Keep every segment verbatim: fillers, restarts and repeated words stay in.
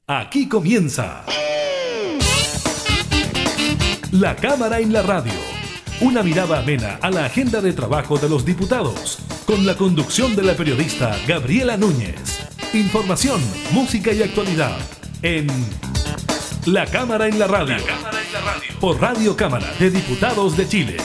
Aquí comienza La Cámara en la Radio. Una mirada amena a la agenda de trabajo de los diputados, con la conducción de la periodista Gabriela Núñez. Información, música y actualidad en La Cámara en la Radio. La Cámara en la Radio. Por Radio Cámara de Diputados de Chile.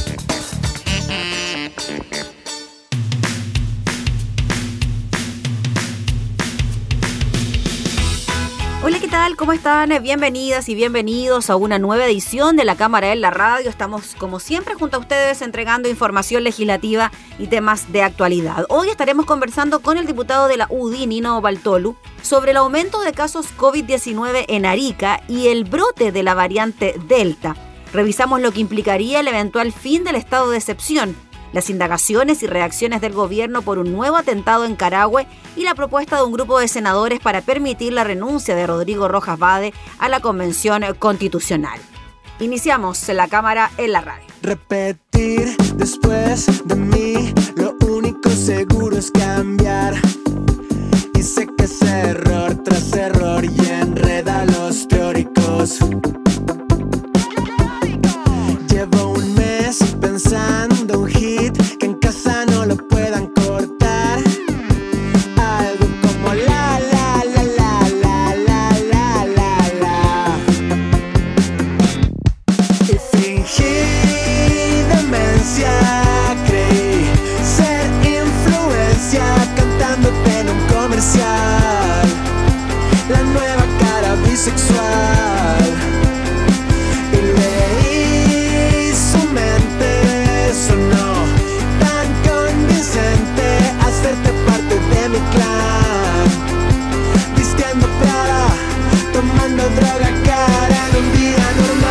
Hola, ¿qué tal? ¿Cómo están? Bienvenidas y bienvenidos a una nueva edición de La Cámara en la Radio. Estamos, como siempre, junto a ustedes entregando información legislativa y temas de actualidad. Hoy estaremos conversando con el diputado de la U D I, Nino Valtolu, sobre el aumento de casos COVID diecinueve en Arica y el brote de la variante Delta. Revisamos lo que implicaría el eventual fin del estado de excepción, las indagaciones y reacciones del gobierno por un nuevo atentado en Carahue y la propuesta de un grupo de senadores para permitir la renuncia de Rodrigo Rojas Bade a la Convención Constitucional. Iniciamos La Cámara en la Radio. Repetir después de mí, lo único seguro es cambiar. Y sé que es error tras error y enreda a los teóricos. Llevo un mes pensando un hit que en casa no lo puedan cortar. Algo como la la la la la la la la la. Y fingí demencia, creí ser influencia cantándote en un comercial. La nueva cara bisexual. Y leí su mente, sonó tan convincente hacerte parte de mi clan. Vistiendo Prada, tomando droga cara en un día normal.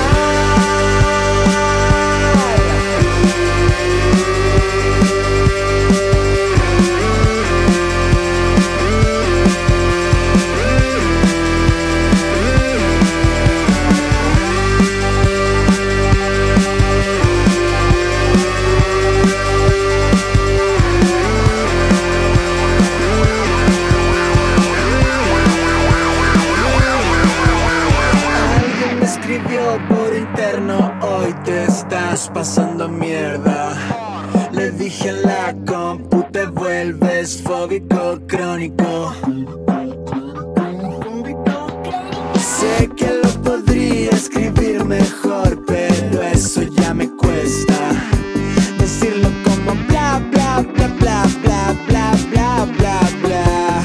Por interno, hoy te estás pasando mierda. Le dije en la compu, te vuelves fóbico crónico. Sé que lo podría escribir mejor, pero eso ya me cuesta. Decirlo como bla bla bla bla bla bla bla bla bla.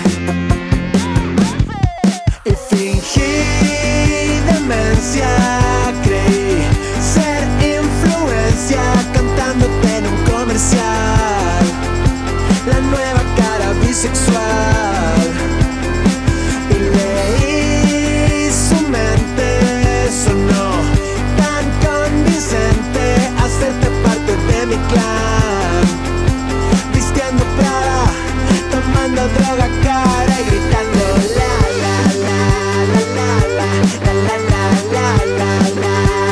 Y fingí demencia, creí ser influencia cantándote en un comercial. La nueva cara bisexual. Y leí su mente, sonó tan convincente hacerte parte de mi clan. Vistiendo Prada, tomando droga cara y gritando la la la la la la la la la la la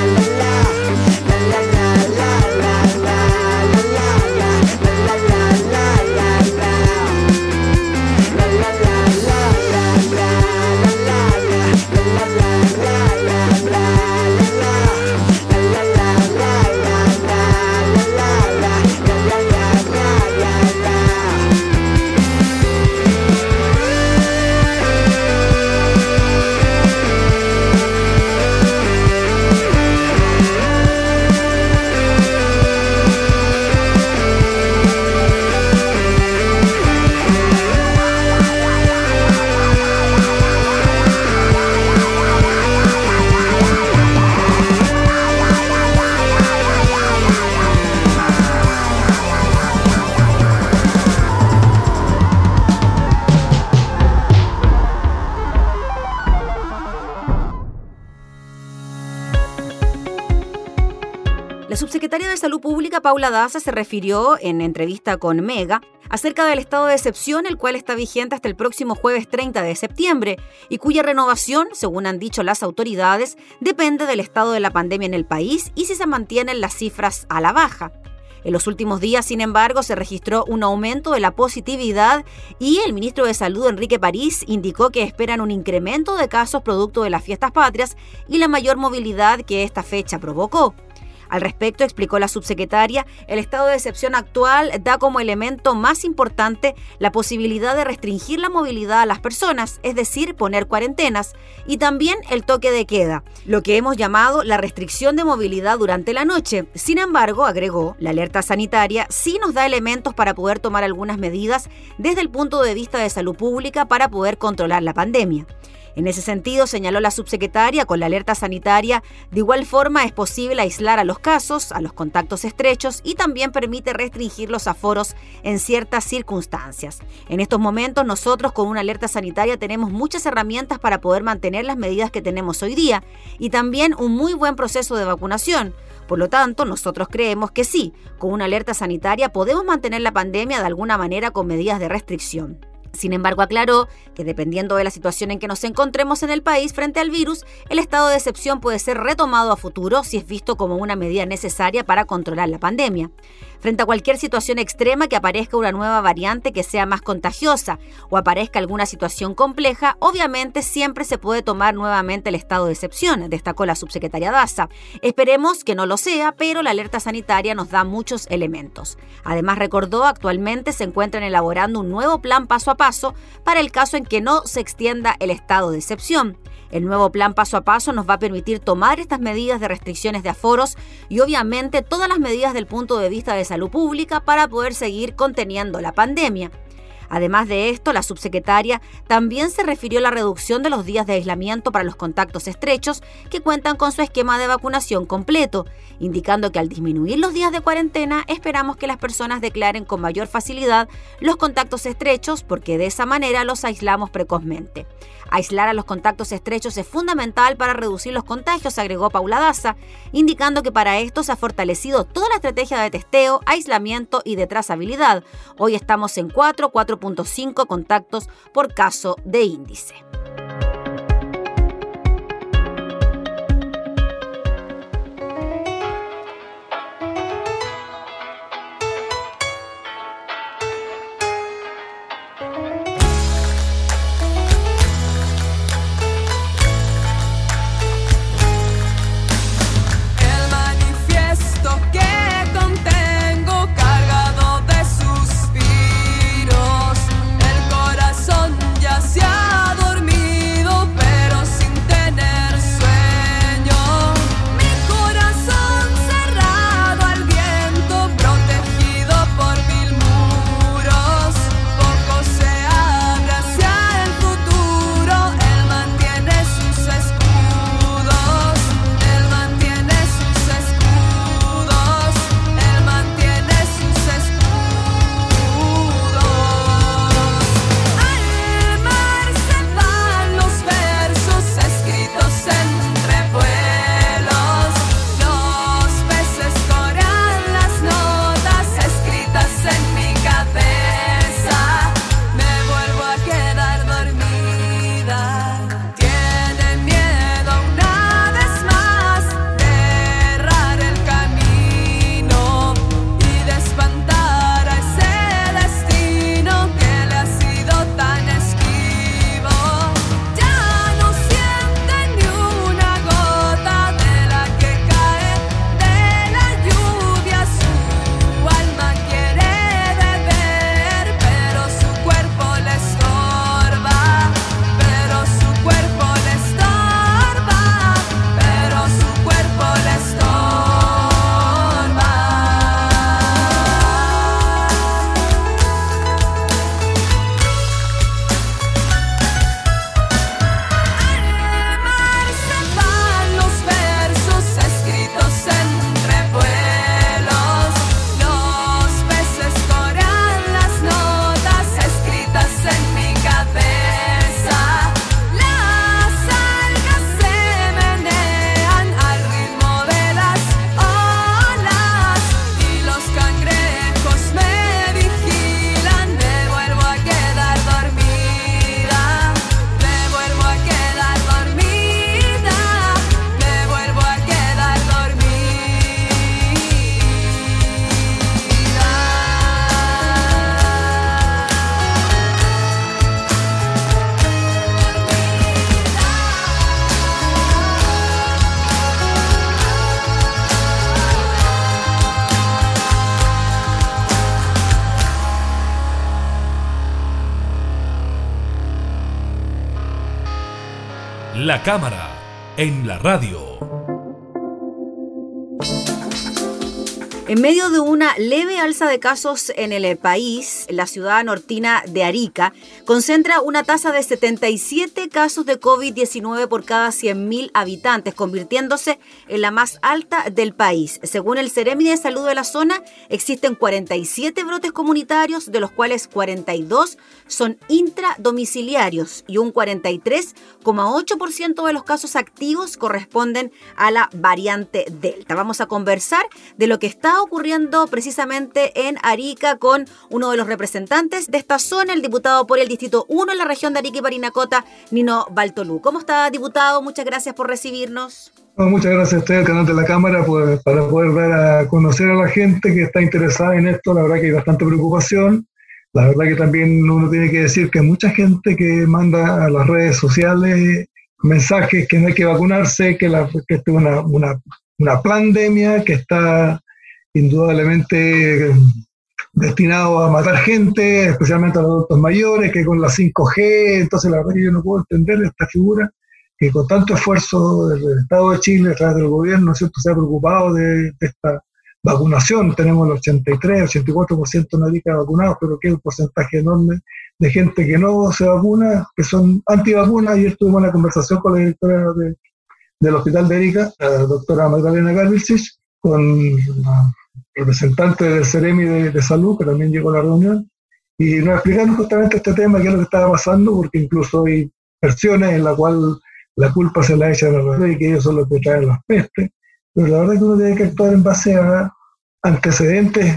La subsecretaria de Salud Pública, Paula Daza, se refirió en entrevista con Mega acerca del estado de excepción, el cual está vigente hasta el próximo jueves treinta de septiembre y cuya renovación, según han dicho las autoridades, depende del estado de la pandemia en el país y si se mantienen las cifras a la baja. En los últimos días, sin embargo, se registró un aumento de la positividad y el ministro de Salud, Enrique París, indicó que esperan un incremento de casos producto de las fiestas patrias y la mayor movilidad que esta fecha provocó. Al respecto, explicó la subsecretaria, el estado de excepción actual da como elemento más importante la posibilidad de restringir la movilidad a las personas, es decir, poner cuarentenas, y también el toque de queda, lo que hemos llamado la restricción de movilidad durante la noche. Sin embargo, agregó, la alerta sanitaria sí nos da elementos para poder tomar algunas medidas desde el punto de vista de salud pública para poder controlar la pandemia. En ese sentido, señaló la subsecretaria, con la alerta sanitaria, de igual forma es posible aislar a los casos, a los contactos estrechos y también permite restringir los aforos en ciertas circunstancias. En estos momentos, nosotros con una alerta sanitaria tenemos muchas herramientas para poder mantener las medidas que tenemos hoy día y también un muy buen proceso de vacunación. Por lo tanto, nosotros creemos que sí, con una alerta sanitaria podemos mantener la pandemia de alguna manera con medidas de restricción. Sin embargo, aclaró que dependiendo de la situación en que nos encontremos en el país frente al virus, el estado de excepción puede ser retomado a futuro si es visto como una medida necesaria para controlar la pandemia. Frente a cualquier situación extrema que aparezca una nueva variante que sea más contagiosa o aparezca alguna situación compleja, obviamente siempre se puede tomar nuevamente el estado de excepción, destacó la subsecretaria Daza. Esperemos que no lo sea, pero la alerta sanitaria nos da muchos elementos. Además, recordó, actualmente se encuentran elaborando un nuevo plan paso a paso para el caso en que no se extienda el estado de excepción. El nuevo plan paso a paso nos va a permitir tomar estas medidas de restricciones de aforos y obviamente todas las medidas del punto de vista de salud pública para poder seguir conteniendo la pandemia. Además de esto, la subsecretaria también se refirió a la reducción de los días de aislamiento para los contactos estrechos que cuentan con su esquema de vacunación completo, indicando que al disminuir los días de cuarentena esperamos que las personas declaren con mayor facilidad los contactos estrechos porque de esa manera los aislamos precozmente. Aislar a los contactos estrechos es fundamental para reducir los contagios, agregó Paula Daza, indicando que para esto se ha fortalecido toda la estrategia de testeo, aislamiento y de trazabilidad. Hoy estamos en cuatro, cuatro punto cinco contactos por caso de índice. Se ha dormido. La cámara en la radio. En medio de una leve alza de casos en el país, la ciudad nortina de Arica concentra una tasa de setenta y siete casos de COVID diecinueve por cada cien mil habitantes, convirtiéndose en la más alta del país. Según el Ceremi de Salud de la zona, existen cuarenta y siete brotes comunitarios, de los cuales cuarenta y dos son intradomiciliarios y un cuarenta y tres coma ocho por ciento de los casos activos corresponden a la variante Delta. Vamos a conversar de lo que está ocurriendo precisamente en Arica con uno de los representantes de esta zona, el diputado por el Distrito uno en la región de Arica y Parinacota, Nino Baltolú. ¿Cómo está, diputado? Muchas gracias por recibirnos. Bueno, muchas gracias a usted, al canal de la Cámara, pues, para poder dar a conocer a la gente que está interesada en esto. La verdad que hay bastante preocupación. La verdad que también uno tiene que decir que hay mucha gente que manda a las redes sociales mensajes que no hay que vacunarse, que, la, que esto es una, una, una pandemia que está indudablemente destinado a matar gente, especialmente a los adultos mayores, que con la cinco G, entonces la verdad que yo no puedo entender esta figura que con tanto esfuerzo del Estado de Chile, a través del gobierno, ¿cierto?, se ha preocupado de, de esta vacunación. Tenemos el ochenta y tres, ochenta y cuatro por ciento de Arica vacunados, pero que es un porcentaje enorme de gente que no se vacuna, que son antivacunas. Ayer tuvimos una conversación con la directora de, del Hospital de Arica, la doctora Magdalena Garvilcich, con la representante del Ceremi de, de Salud, que también llegó a la reunión, y nos explicaron justamente este tema, qué es lo que estaba pasando, porque incluso hay versiones en las cuales la culpa se la echan a la red y que ellos son los que traen las pestes, pero la verdad es que uno tiene que actuar en base a antecedentes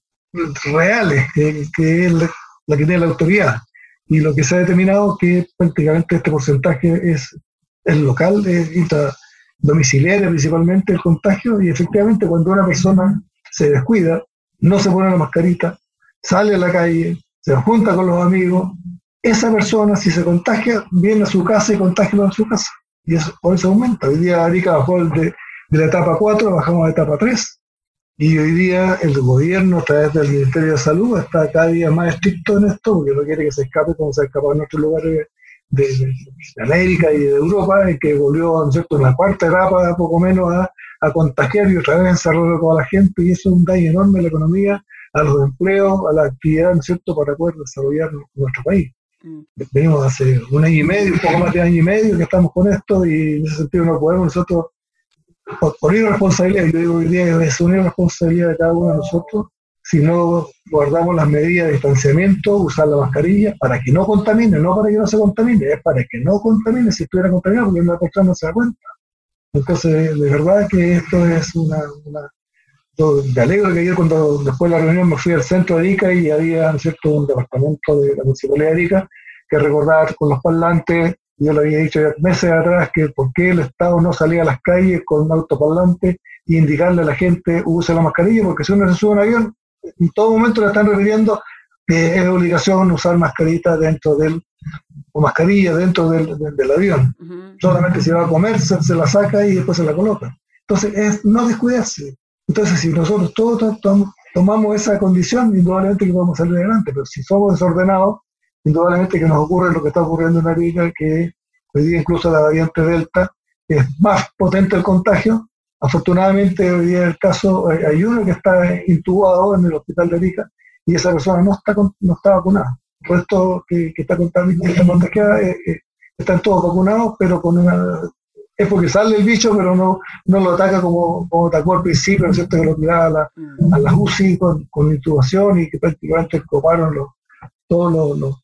reales, que, que es la, la que tiene la autoridad, y lo que se ha determinado que prácticamente este porcentaje es, es local, es intradomiciliario principalmente el contagio, y efectivamente cuando una persona se descuida, no se pone la mascarita, sale a la calle, se junta con los amigos, esa persona, si se contagia, viene a su casa y contagia en su casa. Y eso, por eso aumenta. Hoy día Arica bajó de, de la etapa cuatro, bajamos a la etapa tres. Y hoy día el gobierno, a través del Ministerio de Salud, está cada día más estricto en esto, porque no quiere que se escape como se ha escapado en otros lugares de, de, de América y de Europa, y que volvió, ¿no es cierto?, en la cuarta etapa, poco menos, a, a contagiar y otra vez encerrar a toda la gente. Y eso es un daño enorme a la economía, a los empleos, a la actividad, ¿no es cierto?, para poder desarrollar nuestro país. Venimos hace un año y medio, un poco más de año y medio que estamos con esto, y en ese sentido no podemos nosotros, por, por irresponsabilidad, yo digo hoy día es una irresponsabilidad de cada uno de nosotros, si no guardamos las medidas de distanciamiento, usar la mascarilla para que no contamine, no para que no se contamine, es para que no contamine. Si estuviera contaminado, porque una persona no se da cuenta. Entonces, de verdad que esto es una... una Yo me alegro que ayer, cuando después de la reunión, me fui al centro de Arica y había, ¿no es cierto?, un departamento de la Municipalidad de Arica que recordaba con los parlantes. Yo le había dicho ya meses atrás que por qué el Estado no salía a las calles con un autoparlante y indicarle a la gente use la mascarilla, porque si uno se sube a un avión, en todo momento le están refiriendo que es obligación usar mascarita dentro del, o mascarilla dentro del, del, del avión. Uh-huh. Solamente si va a comer, se, se la saca y después se la coloca. Entonces, es no descuidarse. Entonces, si nosotros todos tom, tomamos esa condición, indudablemente que podemos salir adelante, pero si somos desordenados, indudablemente que nos ocurre lo que está ocurriendo en Arica, que hoy día incluso la variante Delta es más potente el contagio. Afortunadamente, hoy día el caso, hay uno que está intubado en el hospital de Arica y esa persona no está, no está vacunada. El resto que, que está contagiada eh, eh, están todos vacunados, pero con una... es porque sale el bicho, pero no, no lo ataca como, como atacó al principio, ¿no es cierto?, que lo tiraba a, la, a las U C I con, con intubación y que prácticamente coparon los, todos los, los,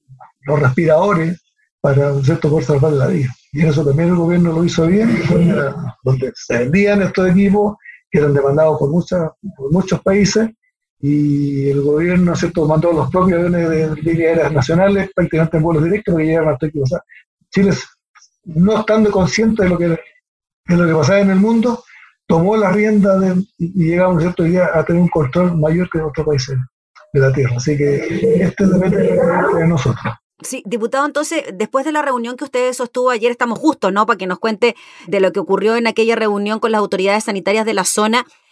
los respiradores para, ¿no es cierto?, poder salvar la vida. Y eso también el gobierno lo hizo bien, donde, donde se vendían estos equipos que eran demandados por, muchas, por muchos países, y el gobierno, ¿no es cierto?, mandó los propios aviones de líneas aéreas nacionales prácticamente en vuelos directos que llegaron a estos equipos. O sea, Chile, no estando consciente de lo que, de lo que pasaba en el mundo, tomó la rienda de, y llegamos, ¿cierto?, ya a tener un control mayor que en otros países de la Tierra. Así que este depende de nosotros. Sí, diputado, entonces, después de la reunión que usted sostuvo ayer, estamos justos, ¿no?, para que nos cuente de lo que ocurrió en aquella reunión con las autoridades sanitarias de la zona.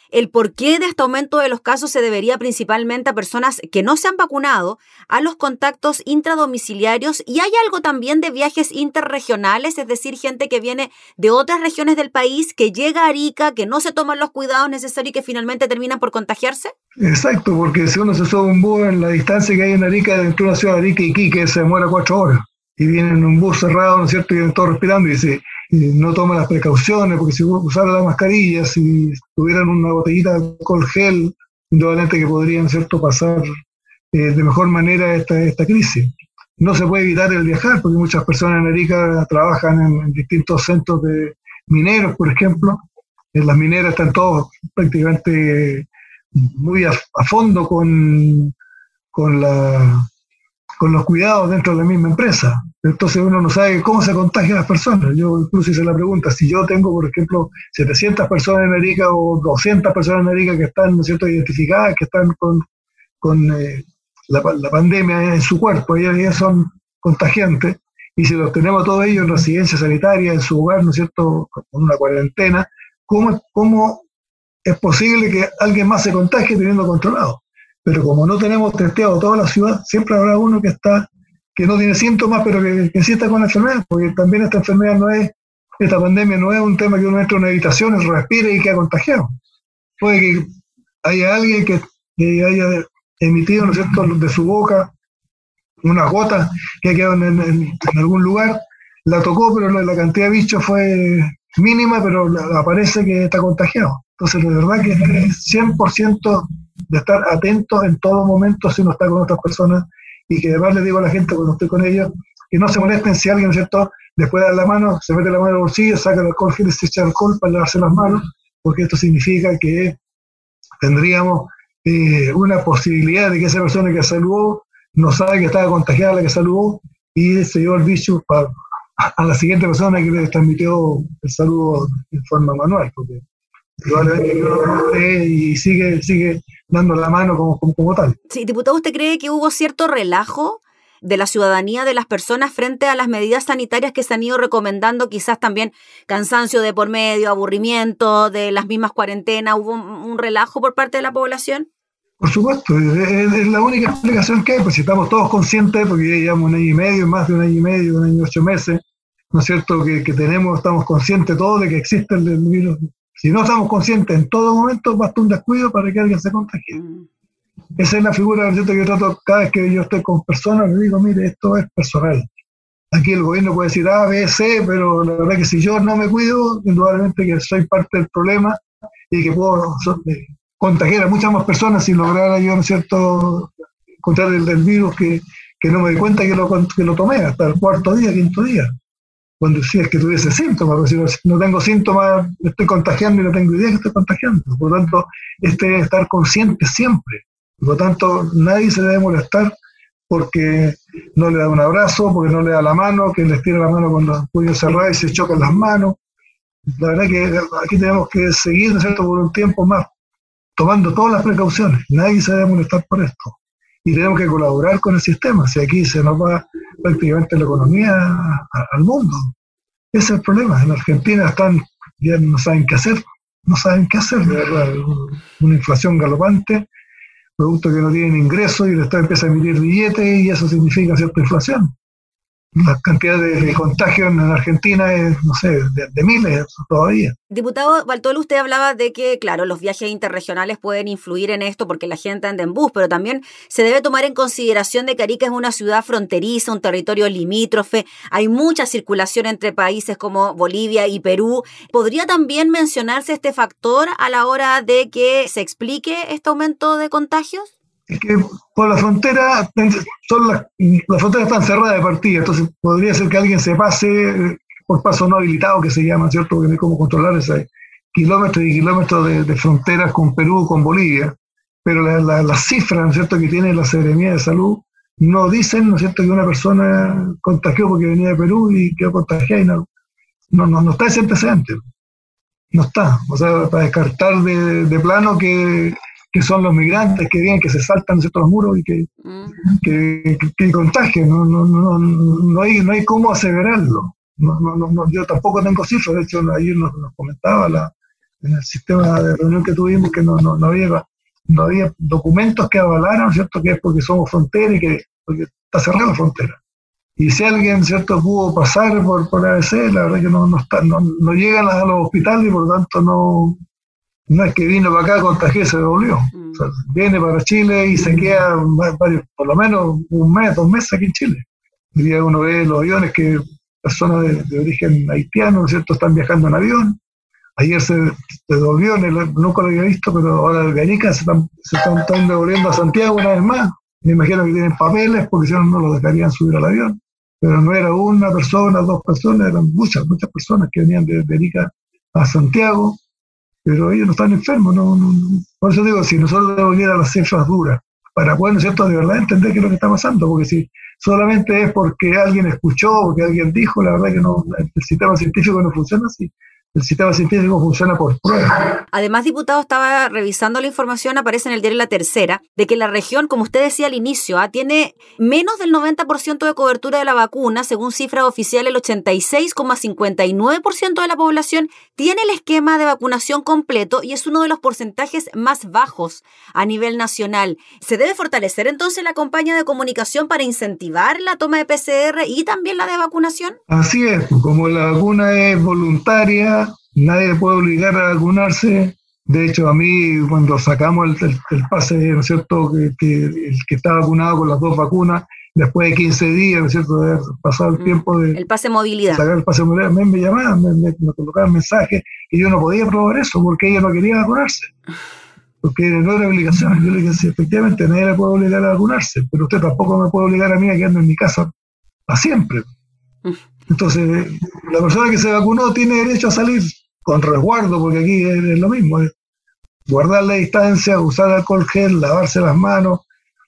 el porqué de este aumento de los casos se debería principalmente a personas que no se han vacunado, a los contactos intradomiciliarios, y hay algo también de viajes interregionales, es decir, gente que viene de otras regiones del país, que llega a Arica, que no se toman los cuidados necesarios y que finalmente terminan por contagiarse. Exacto, porque si uno se sube un bus en la distancia que hay en Arica, dentro de la ciudad de Arica y Iquique, se demora cuatro horas. Y viene en un bus cerrado, ¿no es cierto? Y vienen todos respirando y dice, y no toma las precauciones, porque si usara la mascarilla, si tuvieran una botellita de alcohol gel, indudablemente que podrían, ¿no es cierto?, pasar eh, de mejor manera esta, esta crisis. No se puede evitar el viajar, porque muchas personas en Arica trabajan en, en distintos centros de mineros, por ejemplo. En las mineras están todos prácticamente muy a, a fondo con, con la... con los cuidados dentro de la misma empresa. Entonces uno no sabe cómo se contagian las personas. Yo incluso hice la pregunta, si yo tengo, por ejemplo, setecientas personas en Arica o doscientas personas en Arica que están, ¿no es cierto?, identificadas, que están con, con eh, la, la pandemia en su cuerpo, ellos ya son contagiantes, y si los tenemos todos ellos en residencia sanitaria, en su hogar, ¿no es cierto?, con una cuarentena, ¿cómo, cómo es posible que alguien más se contagie teniendo controlado? Pero como no tenemos testeado toda la ciudad, siempre habrá uno que está que no tiene síntomas, pero que, que sí está con la enfermedad, porque también esta enfermedad no es, esta pandemia no es un tema que uno entra en una habitación, respire y queda contagiado. Puede que haya alguien que, que haya emitido, ¿no es cierto?, de su boca una gota que ha quedado en, en, en algún lugar, la tocó, pero la, la cantidad de bichos fue mínima, pero la, aparece que está contagiado. Entonces, de verdad que es cien por ciento de estar atento en todo momento si uno está con otras personas, y que además le digo a la gente cuando estoy con ellos, que no se molesten si alguien, ¿no es cierto?, después de dar la mano, se mete la mano en el bolsillo, saca el alcohol gel y se echa alcohol para lavarse las manos, porque esto significa que tendríamos eh, una posibilidad de que esa persona que saludó no sabe que estaba contagiada la que saludó y se llevó el bicho para, a la siguiente persona que le transmitió el saludo en forma manual, porque probablemente y sigue, sigue dando la mano como, como, como tal. Sí, diputado, ¿usted cree que hubo cierto relajo de la ciudadanía, de las personas frente a las medidas sanitarias que se han ido recomendando? Quizás también cansancio de por medio, aburrimiento de las mismas cuarentenas. ¿Hubo un relajo por parte de la población? Por supuesto, es, es la única explicación que hay, pues si estamos todos conscientes, porque ya llevamos un año y medio, más de un año y medio, un año y ocho meses, ¿no es cierto?, que, que tenemos, estamos conscientes todos de que existe el virus. Si no estamos conscientes en todo momento, basta un descuido para que alguien se contagie. Mm. Esa es la figura, ¿no es cierto?, que yo trato cada vez que yo estoy con personas, le digo, mire, esto es personal. Aquí el gobierno puede decir A, B, C, pero la verdad que si yo no me cuido, indudablemente que soy parte del problema y que puedo eh, contagiar a muchas más personas sin lograr yo, ¿no es cierto?, encontrar el, el virus que, que no me di cuenta que lo, que lo tomé hasta el cuarto día, quinto día. Cuando si es que tuviese síntomas, porque si no tengo síntomas, me estoy contagiando y no tengo idea que estoy contagiando. Por lo tanto, este es estar consciente siempre. Por lo tanto, nadie se debe molestar porque no le da un abrazo, porque no le da la mano, que le estira la mano con los puños cerrados y se chocan las manos. La verdad que aquí tenemos que seguir, ¿no es cierto?, por un tiempo más, tomando todas las precauciones. Nadie se debe molestar por esto. Y tenemos que colaborar con el sistema. Si aquí se nos va prácticamente la economía a, a, al mundo. Ese es el problema. En Argentina están, ya no saben qué hacer, no saben qué hacer, de verdad. Una inflación galopante, producto que no tienen ingresos y el Estado empieza a emitir billetes y eso significa cierta inflación. La cantidad de, de contagios en Argentina es, no sé, de, de miles todavía. Diputado Bartolo, usted hablaba de que, claro, los viajes interregionales pueden influir en esto porque la gente anda en bus, pero también se debe tomar en consideración de que Arica es una ciudad fronteriza, un territorio limítrofe, hay mucha circulación entre países como Bolivia y Perú. ¿Podría también mencionarse este factor a la hora de que se explique este aumento de contagios? Es que por la frontera, son las, las fronteras están cerradas de partida, entonces podría ser que alguien se pase por paso no habilitado, que se llama, ¿cierto? Porque no hay cómo controlar ese kilómetros y kilómetros de, de fronteras con Perú, con Bolivia, pero las la, la cifras, ¿no es cierto?, que tiene la Secretaría de Salud no dicen, ¿no es cierto?, que una persona contagió porque venía de Perú y quedó contagiada y no, no, no, no está ese antecedente, no está, o sea, para descartar de, de plano que que son los migrantes que vienen, que se saltan de los muros y que, mm. que, que, que contagian. No, no, no, no, hay, no hay cómo aseverarlo. No, no, no, yo tampoco tengo cifras. De hecho, ayer nos, nos comentaba la, en el sistema de reunión que tuvimos, que no, no, no, había, no había documentos que avalaran, ¿cierto?, que es porque somos frontera y que porque está cerrada la frontera. Y si alguien, ¿cierto?, pudo pasar por, por A B C, la verdad que no, no, está, no, no llegan a los hospitales y por lo tanto no, no es que vino para acá, contagió y se devolvió. Mm. O sea, viene para Chile y se queda varios, por lo menos un mes, dos meses aquí en Chile. Y día uno ve los aviones que personas de, de origen haitiano, ¿cierto?, están viajando en avión. Ayer se, se devolvió, en el, nunca lo había visto, pero ahora de Ganica se están, se están, están devolviendo a Santiago una vez más. Me imagino que tienen papeles, porque si no, no los dejarían subir al avión. Pero no era una persona, dos personas, eran muchas, muchas personas que venían de, de Arica a Santiago, pero ellos no están enfermos. No, no, no. Por eso digo, si nosotros devolviéramos las cifras duras, para poder, ¿no es cierto?, de verdad entender qué es lo que está pasando, porque si solamente es porque alguien escuchó, porque alguien dijo, la verdad que no, el sistema científico no funciona así. El sistema científico funciona por prueba. Además, diputado, estaba revisando la información, aparece en el diario La Tercera, de que la región, como usted decía al inicio, ¿ah? tiene menos del noventa por ciento de cobertura de la vacuna. Según cifras oficiales, el ochenta y seis coma cincuenta y nueve por ciento de la población tiene el esquema de vacunación completo y es uno de los porcentajes más bajos a nivel nacional. ¿Se debe fortalecer entonces la campaña de comunicación para incentivar la toma de P C R y también la de vacunación? Así es, como la vacuna es voluntaria, nadie le puede obligar a vacunarse. De hecho, a mí, cuando sacamos el, el, el pase, ¿no es cierto?, que, que el que está vacunado con las dos vacunas, después de quince días, ¿no es cierto?, de haber pasado el mm, tiempo de... El pase movilidad. Sacar el pase movilidad, me, me llamaban, me, me, me colocaban mensajes, y yo no podía probar eso, porque ella no quería vacunarse. Porque no era obligación. Yo le dije, sí, efectivamente, nadie le puede obligar a vacunarse, pero usted tampoco me puede obligar a mí a quedarme en mi casa para siempre. Entonces, la persona que se vacunó tiene derecho a salir con resguardo, porque aquí es, es lo mismo, es guardar la distancia, usar alcohol gel, lavarse las manos,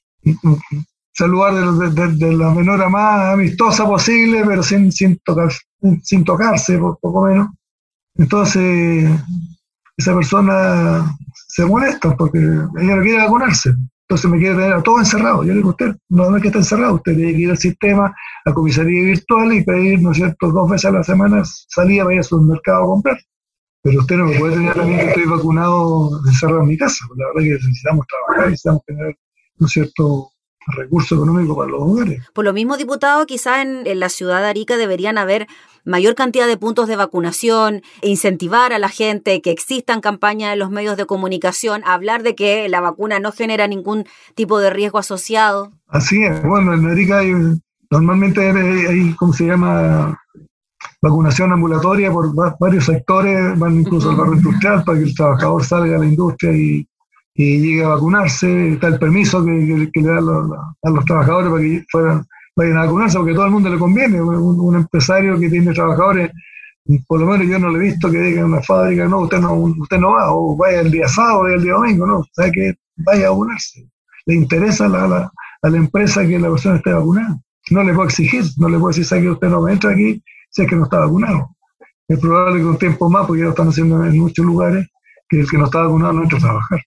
saludar de, de, de la manera más amistosa posible, pero sin, sin, tocar, sin tocarse, por poco menos. Entonces, esa persona se molesta porque ella no quiere vacunarse. Entonces me quiere tener a todos encerrados. Yo le digo, usted no, no es que esté encerrado, usted tiene que ir al sistema, a comisaría virtual y pedir, ¿no es cierto?, dos veces a la semana salida para ir al supermercado a comprar. Pero usted no me puede tener a mí que estoy vacunado encerrado en mi casa. La verdad es que necesitamos trabajar, necesitamos tener, ¿no es cierto?, recursos económicos para los hogares. Por lo mismo, diputado, quizás en, en la ciudad de Arica deberían haber mayor cantidad de puntos de vacunación, incentivar a la gente, que existan campañas en los medios de comunicación, hablar de que la vacuna no genera ningún tipo de riesgo asociado. Así es. Bueno, en Arica hay, normalmente hay, hay, ¿cómo se llama?, vacunación ambulatoria por varios sectores, van incluso uh-huh. al barrio industrial para que el trabajador salga a la industria y y llegue a vacunarse. Está el permiso que, que, que le dan a los, a los trabajadores para que fueran, vayan a vacunarse, porque a todo el mundo le conviene. Un, un empresario que tiene trabajadores, por lo menos yo no le he visto que diga en una fábrica, no, usted no usted no va, o vaya el día sábado, vaya el día domingo, no, sabe que vaya a vacunarse. Le interesa a la, la, a la empresa que la persona esté vacunada. No le puedo exigir, no le puedo decir, sabe que usted no me entra aquí si es que no está vacunado. Es probable que un tiempo más, porque ya lo están haciendo en muchos lugares, que el que no está vacunado no entra a trabajar.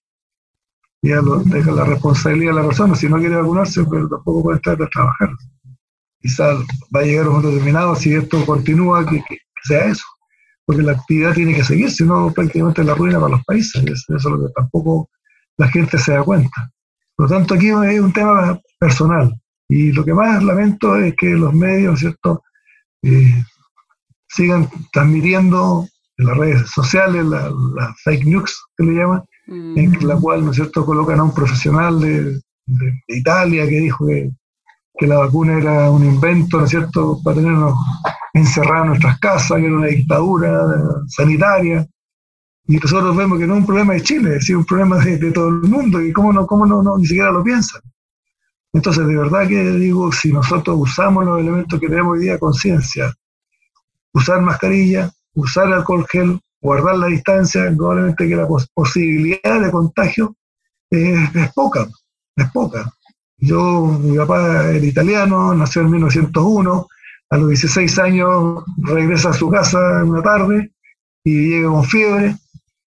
Ya lo, deja la responsabilidad de la persona, si no quiere vacunarse, pero tampoco puede estar a trabajar. Quizás va a llegar un momento determinado, si esto continúa, que, que sea eso, porque la actividad tiene que seguir, si no prácticamente la ruina para los países. Eso es lo que tampoco la gente se da cuenta. Por lo tanto, aquí es un tema personal, y lo que más lamento es que los medios, ¿cierto?, eh, sigan transmitiendo en las redes sociales la, la fake news, que le llaman, mm. en la cual, ¿no es cierto?, colocan a un profesional de, de, de Italia que dijo que, que la vacuna era un invento, ¿no es cierto?, para tenernos encerrados en nuestras casas, que era una dictadura sanitaria. Y nosotros vemos que no es un problema de Chile, es un problema de, de todo el mundo, y cómo no, cómo no, no, ni siquiera lo piensan. Entonces, de verdad que digo, si nosotros usamos los elementos que tenemos hoy día, conciencia, usar mascarilla, usar alcohol gel, guardar la distancia, probablemente que la pos- posibilidad de contagio es, es poca, es poca. Yo, mi papá era italiano, nació en mil novecientos uno, a los dieciséis años regresa a su casa en una tarde y llega con fiebre,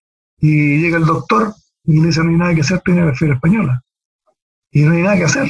y llega el doctor y le dice, no hay nada que hacer, tiene la fiebre española. Y no hay nada que hacer.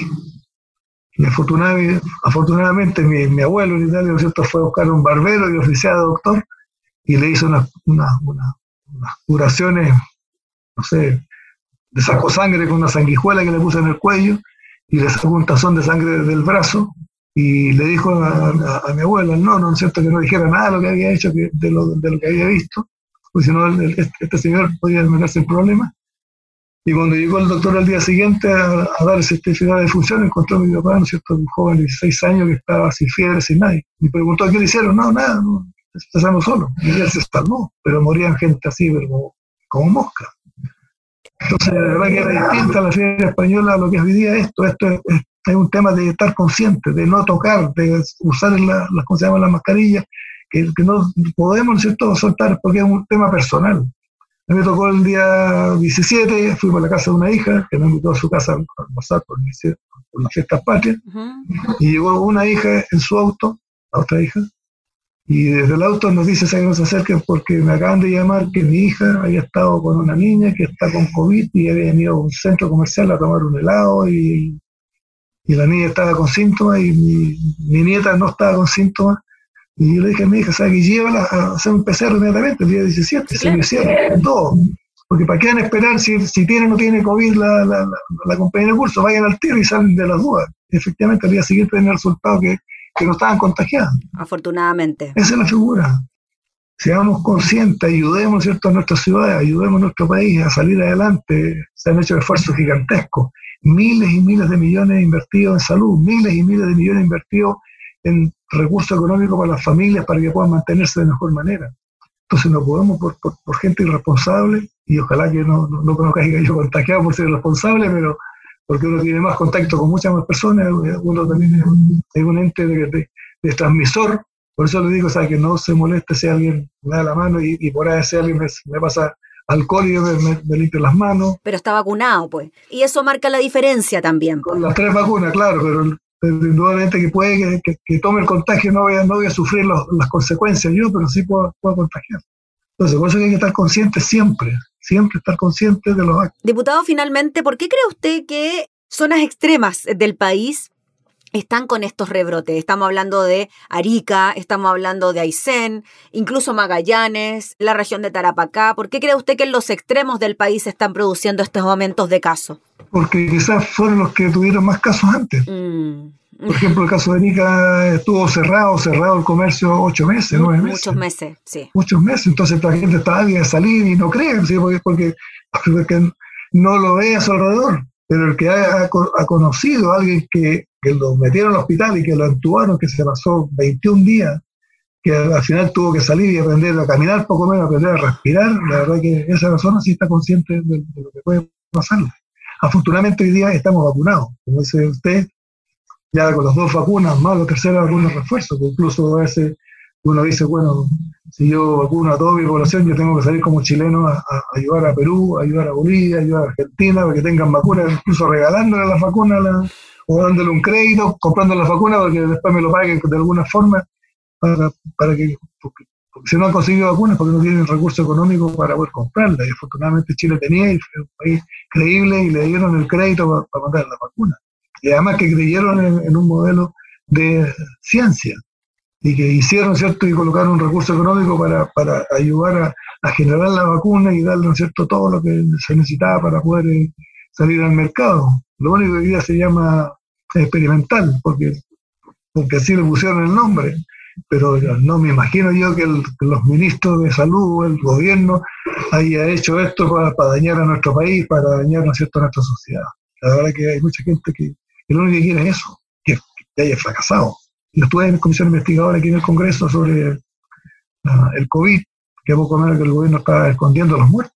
Y afortunadamente, afortunadamente mi, mi abuelo en Italia, ¿no es cierto?, fue a buscar un barbero y oficial de doctor, y le hizo una, una, una, unas curaciones, no sé, le sacó sangre con una sanguijuela que le puse en el cuello y le sacó un tazón de sangre del brazo y le dijo a, a, a mi abuela, no, no es cierto, que no dijera nada de lo que había hecho, que, de, lo, de lo que había visto, porque si no este, este señor podía meterse en problemas. Y cuando llegó el doctor al día siguiente a, a dar el certificado de defunción, encontró a mi papá, ¿no es cierto?, un joven de dieciséis años que estaba sin fiebre, sin nadie. Y preguntó qué le hicieron. No, nada, no, se sanó solo. Y él se salvó, pero morían gente así, pero como, como mosca. Entonces, la verdad que era distinta la fiebre española a lo que es hoy día esto. Esto es, es, es un tema de estar consciente, de no tocar, de usar las, la, ¿cómo se llaman?, las mascarillas, que, que no podemos, ¿no es cierto?, soltar, porque es un tema personal. A mí me tocó el día diecisiete, fui por la casa de una hija, que me invitó a su casa a almorzar por, por las fiestas patrias, uh-huh. Y llegó una hija en su auto, la otra hija, y desde el auto nos dice que no se acerquen porque me acaban de llamar que mi hija había estado con una niña que está con COVID y había venido a un centro comercial a tomar un helado y, y la niña estaba con síntomas y mi, mi nieta no estaba con síntomas. Y yo le dije a mi hija, ¿sabes qué? Llévala a hacer un P C R inmediatamente, el día diecisiete, sí, se lo hicieron, todo. Porque ¿para qué van a esperar si, si tiene o no tiene COVID la, la, la, la compañía de curso? Vayan al tiro y salen de las dudas. Efectivamente, al día siguiente tenía el resultado que, que no estaban contagiados. Afortunadamente. Esa es la figura. Seamos conscientes, ayudemos, ¿cierto?, a nuestras ciudades, ayudemos a nuestro país a salir adelante. Se han hecho esfuerzos gigantescos. Miles y miles de millones invertidos en salud, miles y miles de millones invertidos en recursos económicos para las familias para que puedan mantenerse de mejor manera. Entonces no podemos, por, por, por gente irresponsable, y ojalá que no, no, no caiga yo contagiado por ser irresponsable, pero porque uno tiene más contacto con muchas más personas, uno también es un, es un ente de, de, de transmisor, por eso le digo, o sea, que no se moleste si alguien me da la mano y, y por ahí si alguien me, me pasa alcohol y yo me, me, me limpio las manos. Pero está vacunado, pues, y eso marca la diferencia también, pues. Con las tres vacunas, claro, pero indudablemente que puede que, que, que tome el contagio, no voy a, no voy a sufrir los, las consecuencias yo, pero sí puedo, puedo contagiar. Entonces, por eso hay que estar consciente siempre, siempre estar consciente de los actos. Diputado, finalmente, ¿por qué cree usted que zonas extremas del país están con estos rebrotes? Estamos hablando de Arica, estamos hablando de Aysén, incluso Magallanes, la región de Tarapacá. ¿Por qué cree usted que en los extremos del país se están produciendo estos aumentos de casos? Porque quizás fueron los que tuvieron más casos antes. Mm. Por ejemplo, el caso de Arica estuvo cerrado, cerrado el comercio ocho meses, nueve meses. Muchos meses, sí. Muchos meses, entonces la gente está ávida de salir y no cree, ¿sí? porque, porque, porque no lo ve a su alrededor. Pero el que ha, ha conocido a alguien que, que lo metieron al hospital y que lo entubaron, que se pasó veintiún días, que al final tuvo que salir y aprender a caminar poco menos, aprender a respirar, la verdad que esa persona sí está consciente de, de lo que puede pasarle. Afortunadamente hoy día estamos vacunados, como dice usted, ya con las dos vacunas, más la tercera vacuna de refuerzo, que incluso a veces uno dice, bueno, si yo vacuno a toda mi población, yo tengo que salir como chileno a, a ayudar a Perú, a ayudar a Bolivia, a ayudar a Argentina, para que tengan vacunas, incluso regalándole las vacunas la, o dándole un crédito, comprando las vacunas para que después me lo paguen de alguna forma, para, para que, porque, porque si no han conseguido vacunas, porque no tienen recursos económicos para poder comprarlas, y afortunadamente Chile tenía, y fue un país creíble, y le dieron el crédito para, para mandar las vacunas. Y además que creyeron en, en un modelo de ciencia, y que hicieron, ¿cierto?, y colocaron un recurso económico para, para ayudar a, a generar la vacuna y darle, ¿cierto?, todo lo que se necesitaba para poder eh, salir al mercado. Lo único que hoy día se llama experimental, porque, porque así le pusieron el nombre, pero no me imagino yo que, el, que los ministros de salud, el gobierno, haya hecho esto para, para dañar a nuestro país, para dañar, ¿no es cierto?, a nuestra sociedad. La verdad es que hay mucha gente que, que lo único que quiere es eso, que, que haya fracasado. Yo estuve en la comisión investigadora aquí en el Congreso sobre uh, el COVID, que poco menos que el gobierno estaba escondiendo a los muertos.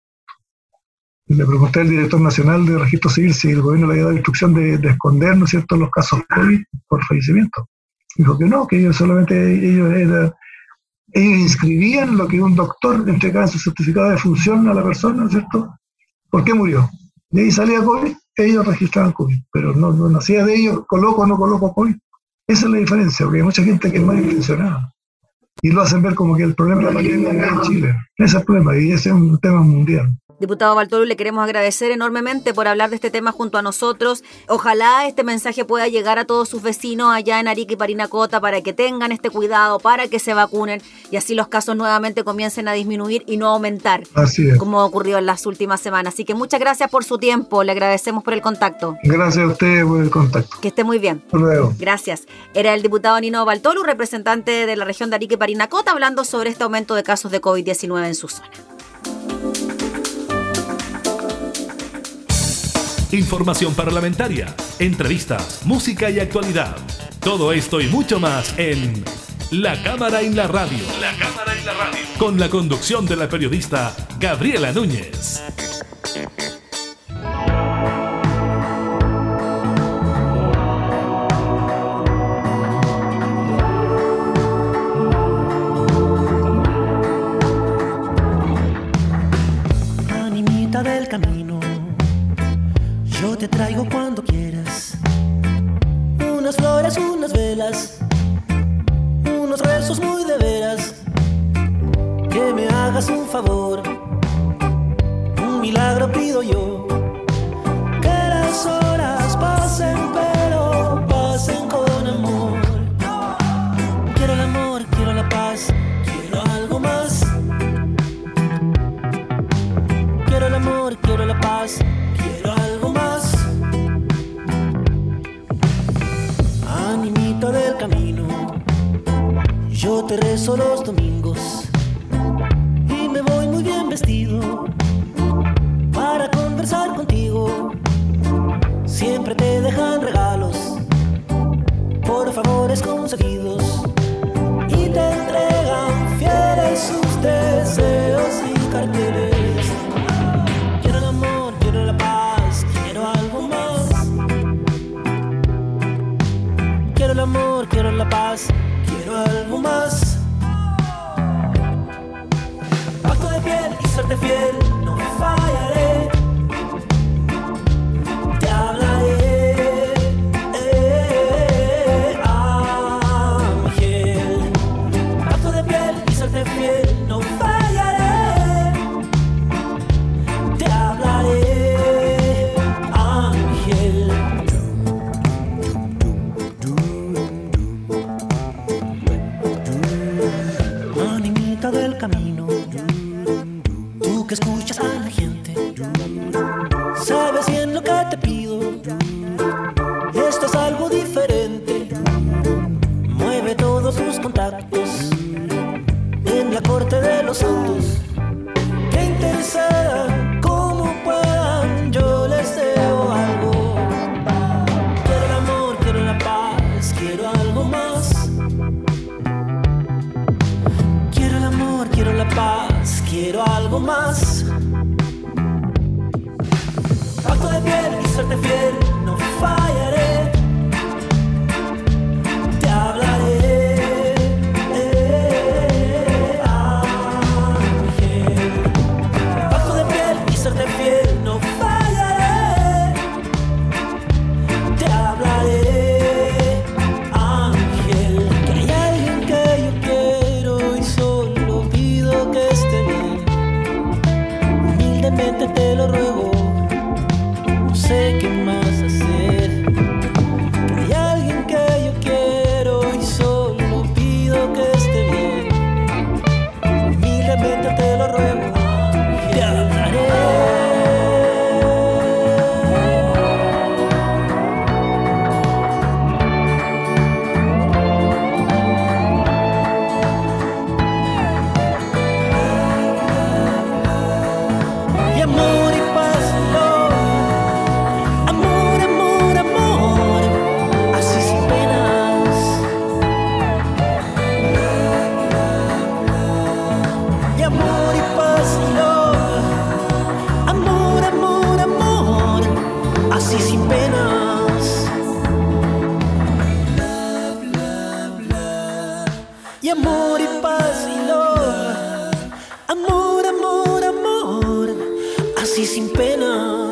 Y le pregunté al director nacional de Registro Civil si el gobierno le había dado instrucción de, de esconder, ¿no es cierto?, los casos COVID por fallecimiento. Dijo que no, que ellos solamente ellos, era, ellos inscribían lo que un doctor entregaba en su certificado de función a la persona, ¿no es cierto?, por qué murió. Y ahí salía COVID, ellos registraban COVID, pero no, no nacía de ellos, coloco o no coloco COVID. Esa es la diferencia, porque hay mucha gente que es mal intencionada y lo hacen ver como que el problema de la pandemia es en Chile. Ese es el problema y ese es un tema mundial. Diputado Bartolú, le queremos agradecer enormemente por hablar de este tema junto a nosotros. Ojalá este mensaje pueda llegar a todos sus vecinos allá en Arica y Parinacota para que tengan este cuidado, para que se vacunen y así los casos nuevamente comiencen a disminuir y no aumentar, así es, como ocurrió en las últimas semanas. Así que muchas gracias por su tiempo, le agradecemos por el contacto. Gracias a ustedes por el contacto. Que esté muy bien. Hasta luego. Gracias. Era el diputado Nino Bartolú, representante de la región de Arica y Parinacota, hablando sobre este aumento de casos de COVID diecinueve en su zona. Información parlamentaria, entrevistas, música y actualidad. Todo esto y mucho más en La Cámara en la Radio. La Cámara en la Radio. Con la conducción de la periodista Gabriela Núñez. Animita del camino, yo te traigo cuando quieras unas flores, unas velas, unos rezos muy de veras. Que me hagas un favor, un milagro pido yo. Que las horas pasen, pero pasen con amor. Quiero el amor, quiero la paz, quiero algo más. Quiero el amor, quiero la paz, quiero algo más. Animita del camino, yo te rezo los domingos y me voy muy bien vestido para conversar contigo. Siempre te dejan regalos por favores conseguidos y te entregan fieles sus deseos y carteles. Quiero el amor, quiero la paz, quiero algo más. Quiero el amor, quiero la paz, quiero algo más. Pacto de piel y serte fiel, no fallaré. Te hablaré, eh, ángel. Pacto de piel y serte fiel, no fallaré. Te hablaré, ángel. Animita del camino, tú que escuchas a la gente, sabes bien lo que te pido. Esto es algo diferente. Mueve todos tus contactos en la corte de los santos. Que intercedan como puedan, yo les debo algo. Quiero el amor, quiero la paz, quiero algo más. Quiero el amor, quiero la paz, quiero algo más. Pacto de piel y serte fiel, no fallaré. Te hablaré, eh, ángel. Pacto de piel y serte fiel, no fallaré. Te hablaré, ángel. Que hay alguien que yo quiero y solo pido que esté bien. Humildemente te lo ruego, no sé qué más hacer. Pero hay alguien que yo quiero y solo pido que esté bien. Humildemente te lo ruego, te hablaré. Y amor y paz, love. Amor, amor, amor, así sin penas. Y amor y paz y love. Amor, amor, amor, así sin penas. Y amor y paz y love. Amor, amor, amor, así sin penas.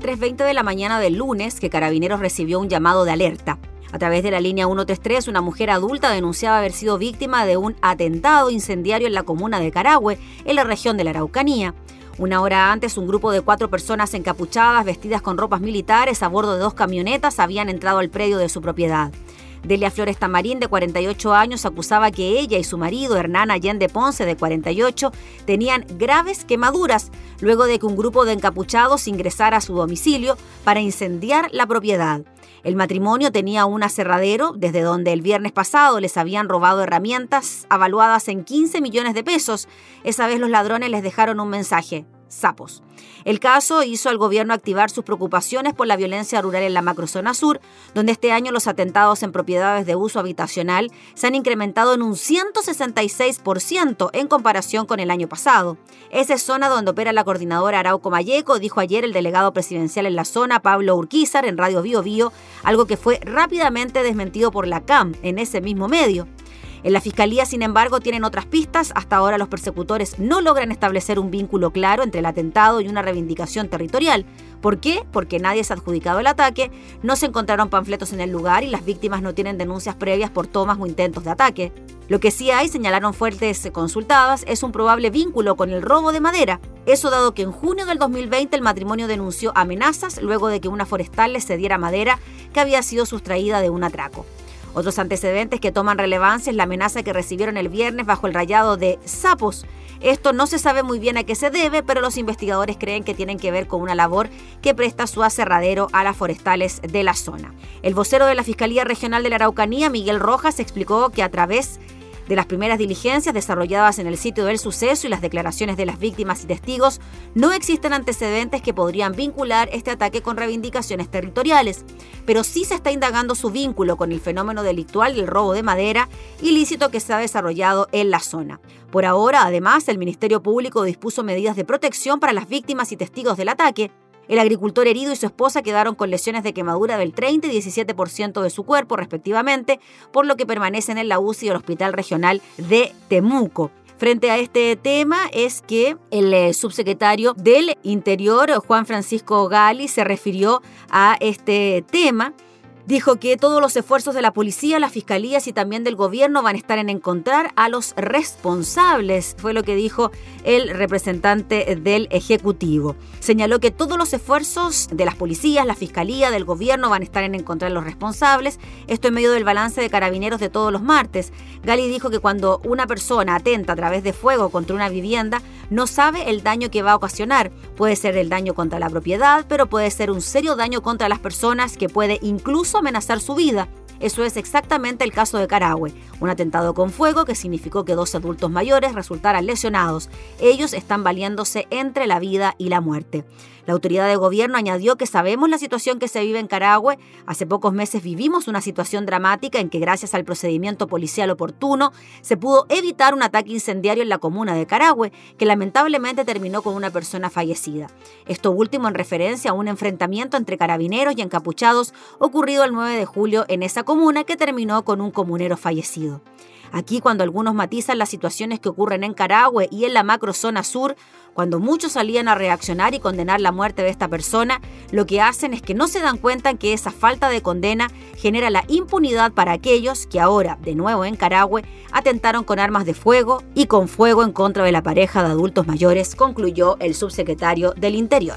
tres veinte de la mañana del lunes que Carabineros recibió un llamado de alerta. A través de la línea ciento treinta y tres, una mujer adulta denunciaba haber sido víctima de un atentado incendiario en la comuna de Carahue, en la región de la Araucanía. Una hora antes, un grupo de cuatro personas encapuchadas, vestidas con ropas militares, a bordo de dos camionetas, habían entrado al predio de su propiedad. Delia Flores Tamarín, de cuarenta y ocho años, acusaba que ella y su marido, Hernán Allende Ponce, de cuarenta y ocho, tenían graves quemaduras luego de que un grupo de encapuchados ingresara a su domicilio para incendiar la propiedad. El matrimonio tenía un aserradero desde donde el viernes pasado les habían robado herramientas avaluadas en quince millones de pesos. Esa vez los ladrones les dejaron un mensaje: sapos. El caso hizo al gobierno activar sus preocupaciones por la violencia rural en la macrozona sur, donde este año los atentados en propiedades de uso habitacional se han incrementado en un ciento sesenta y seis por ciento en comparación con el año pasado. Esa es zona donde opera la coordinadora Arauco Mayeco, dijo ayer el delegado presidencial en la zona, Pablo Urquizar, en Radio Bio Bio, algo que fue rápidamente desmentido por la C A M en ese mismo medio. En la Fiscalía, sin embargo, tienen otras pistas. Hasta ahora los persecutores no logran establecer un vínculo claro entre el atentado y una reivindicación territorial. ¿Por qué? Porque nadie se ha adjudicado el ataque, no se encontraron panfletos en el lugar y las víctimas no tienen denuncias previas por tomas o intentos de ataque. Lo que sí hay, señalaron fuentes consultadas, es un probable vínculo con el robo de madera. Eso dado que en junio del dos mil veinte el matrimonio denunció amenazas luego de que una forestal les cediera madera que había sido sustraída de un atraco. Otros antecedentes que toman relevancia es la amenaza que recibieron el viernes bajo el rayado de sapos. Esto no se sabe muy bien a qué se debe, pero los investigadores creen que tienen que ver con una labor que presta su aserradero a las forestales de la zona. El vocero de la Fiscalía Regional de la Araucanía, Miguel Rojas, explicó que a través de las primeras diligencias desarrolladas en el sitio del suceso y las declaraciones de las víctimas y testigos, no existen antecedentes que podrían vincular este ataque con reivindicaciones territoriales, pero sí se está indagando su vínculo con el fenómeno delictual del robo de madera ilícito que se ha desarrollado en la zona. Por ahora, además, el Ministerio Público dispuso medidas de protección para las víctimas y testigos del ataque. El agricultor herido y su esposa quedaron con lesiones de quemadura del treinta y diecisiete por ciento de su cuerpo, respectivamente, por lo que permanecen en la U C I del Hospital Regional de Temuco. Frente a este tema es que el eh, subsecretario del Interior, Juan Francisco Gali, se refirió a este tema. Dijo que todos los esfuerzos de la policía, las fiscalías y también del gobierno van a estar en encontrar a los responsables, fue lo que dijo el representante del Ejecutivo. Señaló que todos los esfuerzos de las policías, la fiscalía, del gobierno van a estar en encontrar a los responsables, esto en medio del balance de Carabineros de todos los martes. Gali dijo que cuando una persona atenta a través de fuego contra una vivienda, no sabe el daño que va a ocasionar. Puede ser el daño contra la propiedad, pero puede ser un serio daño contra las personas que puede incluso amenazar su vida. Eso es exactamente el caso de Carahue, un atentado con fuego que significó que dos adultos mayores resultaran lesionados. Ellos están valiéndose entre la vida y la muerte. La autoridad de gobierno añadió que sabemos la situación que se vive en Carahue. Hace pocos meses vivimos una situación dramática en que gracias al procedimiento policial oportuno se pudo evitar un ataque incendiario en la comuna de Carahue, que lamentablemente terminó con una persona fallecida. Esto último en referencia a un enfrentamiento entre carabineros y encapuchados ocurrido el nueve de julio en esa comuna que terminó con un comunero fallecido. Aquí, cuando algunos matizan las situaciones que ocurren en Carahue y en la macrozona sur, cuando muchos salían a reaccionar y condenar la muerte de esta persona, lo que hacen es que no se dan cuenta que esa falta de condena genera la impunidad para aquellos que ahora, de nuevo en Carahue, atentaron con armas de fuego y con fuego en contra de la pareja de adultos mayores, concluyó el subsecretario del Interior.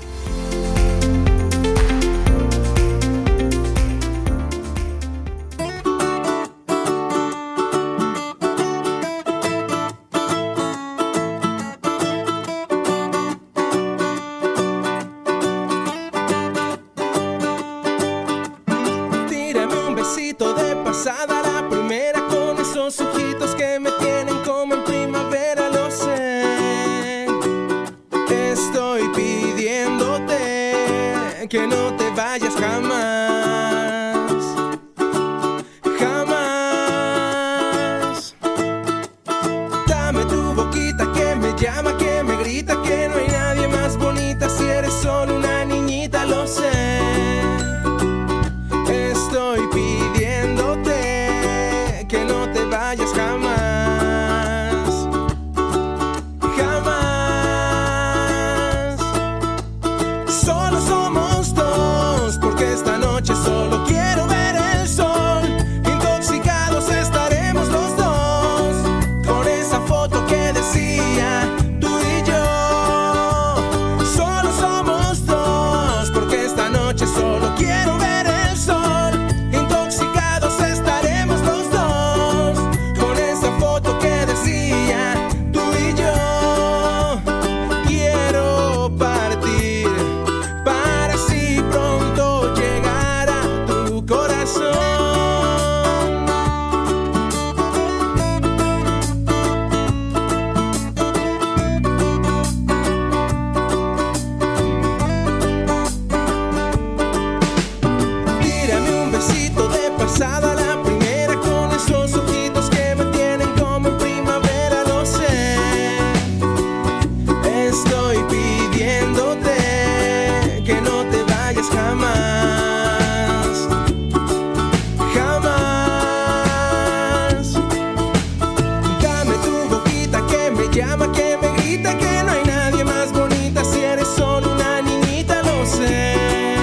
La primera con esos ojitos que me tienen como en primavera, lo sé. Estoy pidiendo llama, que me grita que no hay nadie más bonita. Si eres solo una niñita, lo sé.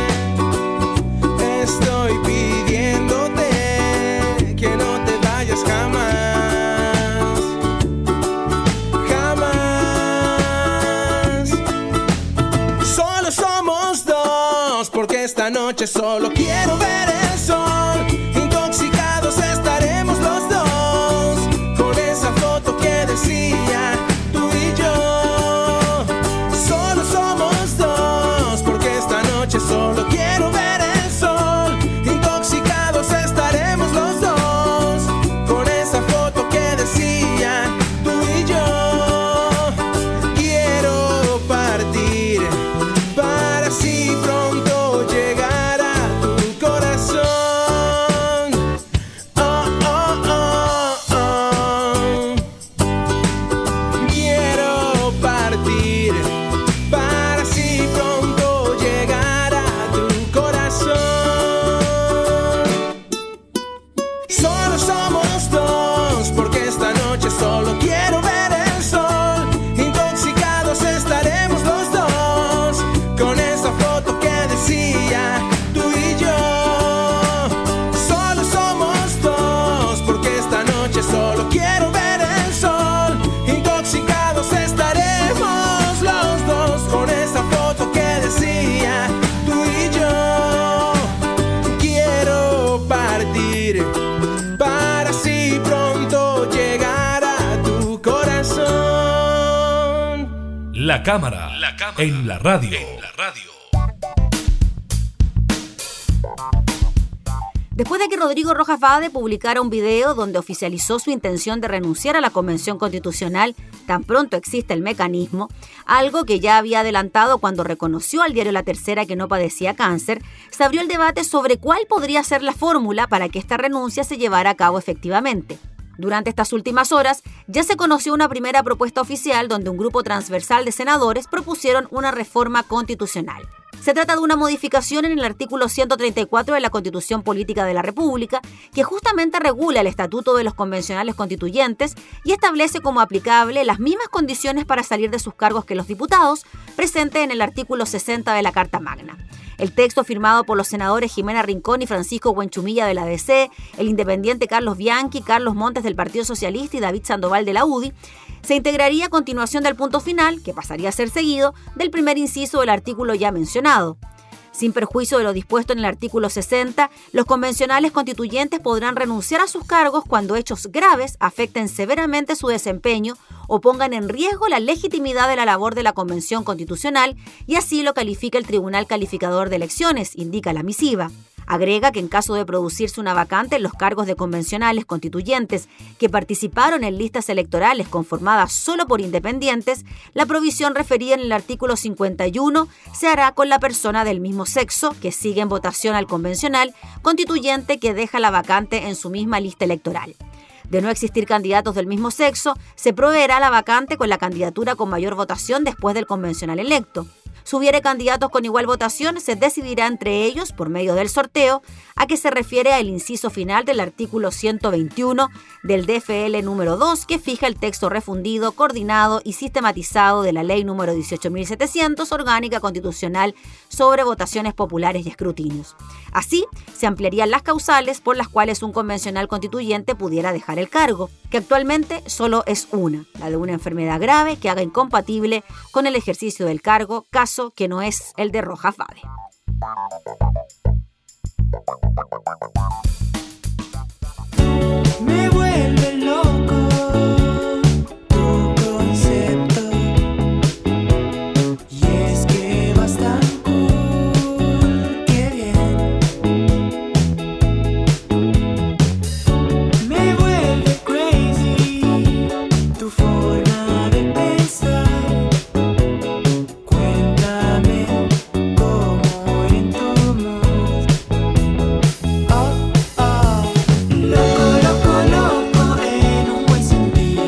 Estoy pidiéndote que no te vayas jamás, jamás. Solo somos dos, porque esta noche solo quiero ver el sol. Intoxicados estaremos los dos, con esa foto que decía tú y yo. Solo somos dos, porque esta noche solo quiero ver el sol. Intoxicados estaremos los dos, con esa foto que decía tú y yo. Quiero partir para así pronto llegar a tu corazón. Oh, oh, oh, oh. Quiero partir para así pronto llegar a tu corazón. Solo somos dos, porque esta noche solo quiero ver el sol. Intoxicados estaremos los dos, con esa foto que decía tú y yo. Solo somos dos, porque esta noche solo quiero ver el sol. Intoxicados estaremos los dos, con esa foto que decía tú y yo. Quiero partir para así pronto llegar a tu corazón. La cámara, la cámara en la radio. En la radio. Después de que Rodrigo Rojas Vade publicara un video donde oficializó su intención de renunciar a la Convención Constitucional tan pronto existe el mecanismo, algo que ya había adelantado cuando reconoció al diario La Tercera que no padecía cáncer, se abrió el debate sobre cuál podría ser la fórmula para que esta renuncia se llevara a cabo efectivamente. Durante estas últimas horas, ya se conoció una primera propuesta oficial donde un grupo transversal de senadores propusieron una reforma constitucional. Se trata de una modificación en el artículo ciento treinta y cuatro de la Constitución Política de la República, que justamente regula el estatuto de los convencionales constituyentes y establece como aplicable las mismas condiciones para salir de sus cargos que los diputados, presente en el artículo sesenta de la Carta Magna. El texto, firmado por los senadores Jimena Rincón y Francisco Buenchumilla de la D C, el independiente Carlos Bianchi, Carlos Montes del Partido Socialista y David Sandoval de la U D I, se integraría a continuación del punto final, que pasaría a ser seguido, del primer inciso del artículo ya mencionado. Sin perjuicio de lo dispuesto en el artículo sesenta, los convencionales constituyentes podrán renunciar a sus cargos cuando hechos graves afecten severamente su desempeño o pongan en riesgo la legitimidad de la labor de la Convención Constitucional, y así lo califica el Tribunal Calificador de Elecciones, indica la misiva. Agrega que en caso de producirse una vacante en los cargos de convencionales constituyentes que participaron en listas electorales conformadas solo por independientes, la provisión referida en el artículo cincuenta y uno se hará con la persona del mismo sexo que sigue en votación al convencional constituyente que deja la vacante en su misma lista electoral. De no existir candidatos del mismo sexo, se proveerá la vacante con la candidatura con mayor votación después del convencional electo. Si hubiere candidatos con igual votación, se decidirá entre ellos, por medio del sorteo, a que se refiere al inciso final del artículo ciento veintiuno del D F L número dos, que fija el texto refundido, coordinado y sistematizado de la ley número dieciocho mil setecientos, orgánica constitucional, sobre votaciones populares y escrutinios. Así, se ampliarían las causales por las cuales un convencional constituyente pudiera dejar el cargo, que actualmente solo es una, la de una enfermedad grave que haga incompatible con el ejercicio del cargo, caso que no es el de Rojas Vade. Me vuelve loco tu concepto, y es que vas tan cool, qué bien. Me vuelve crazy tu forma de pensar. Cuéntame cómo en tu mood. Oh, oh. Loco, loco, loco en un buen sentido.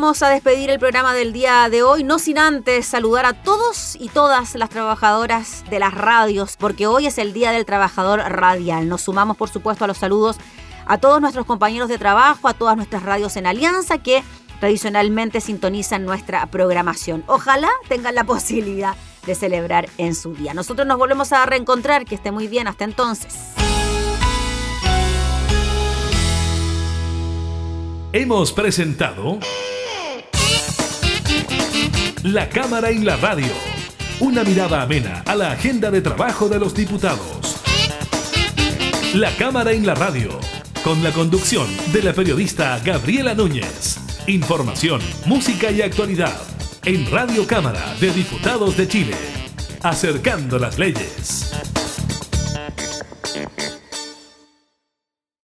vamos a despedir el programa del día de hoy, no sin antes saludar a todos y todas las trabajadoras de las radios, porque hoy es el Día del Trabajador Radial. Nos sumamos, por supuesto, a los saludos a todos nuestros compañeros de trabajo, a todas nuestras radios en alianza que tradicionalmente sintonizan nuestra programación. Ojalá tengan la posibilidad de celebrar en su día. Nosotros nos volvemos a reencontrar, que esté muy bien, hasta entonces. Hemos presentado La Cámara en la Radio, una mirada amena a la agenda de trabajo de los diputados. La Cámara en la Radio, con la conducción de la periodista Gabriela Núñez. Información, música y actualidad en Radio Cámara de Diputados de Chile, acercando las leyes.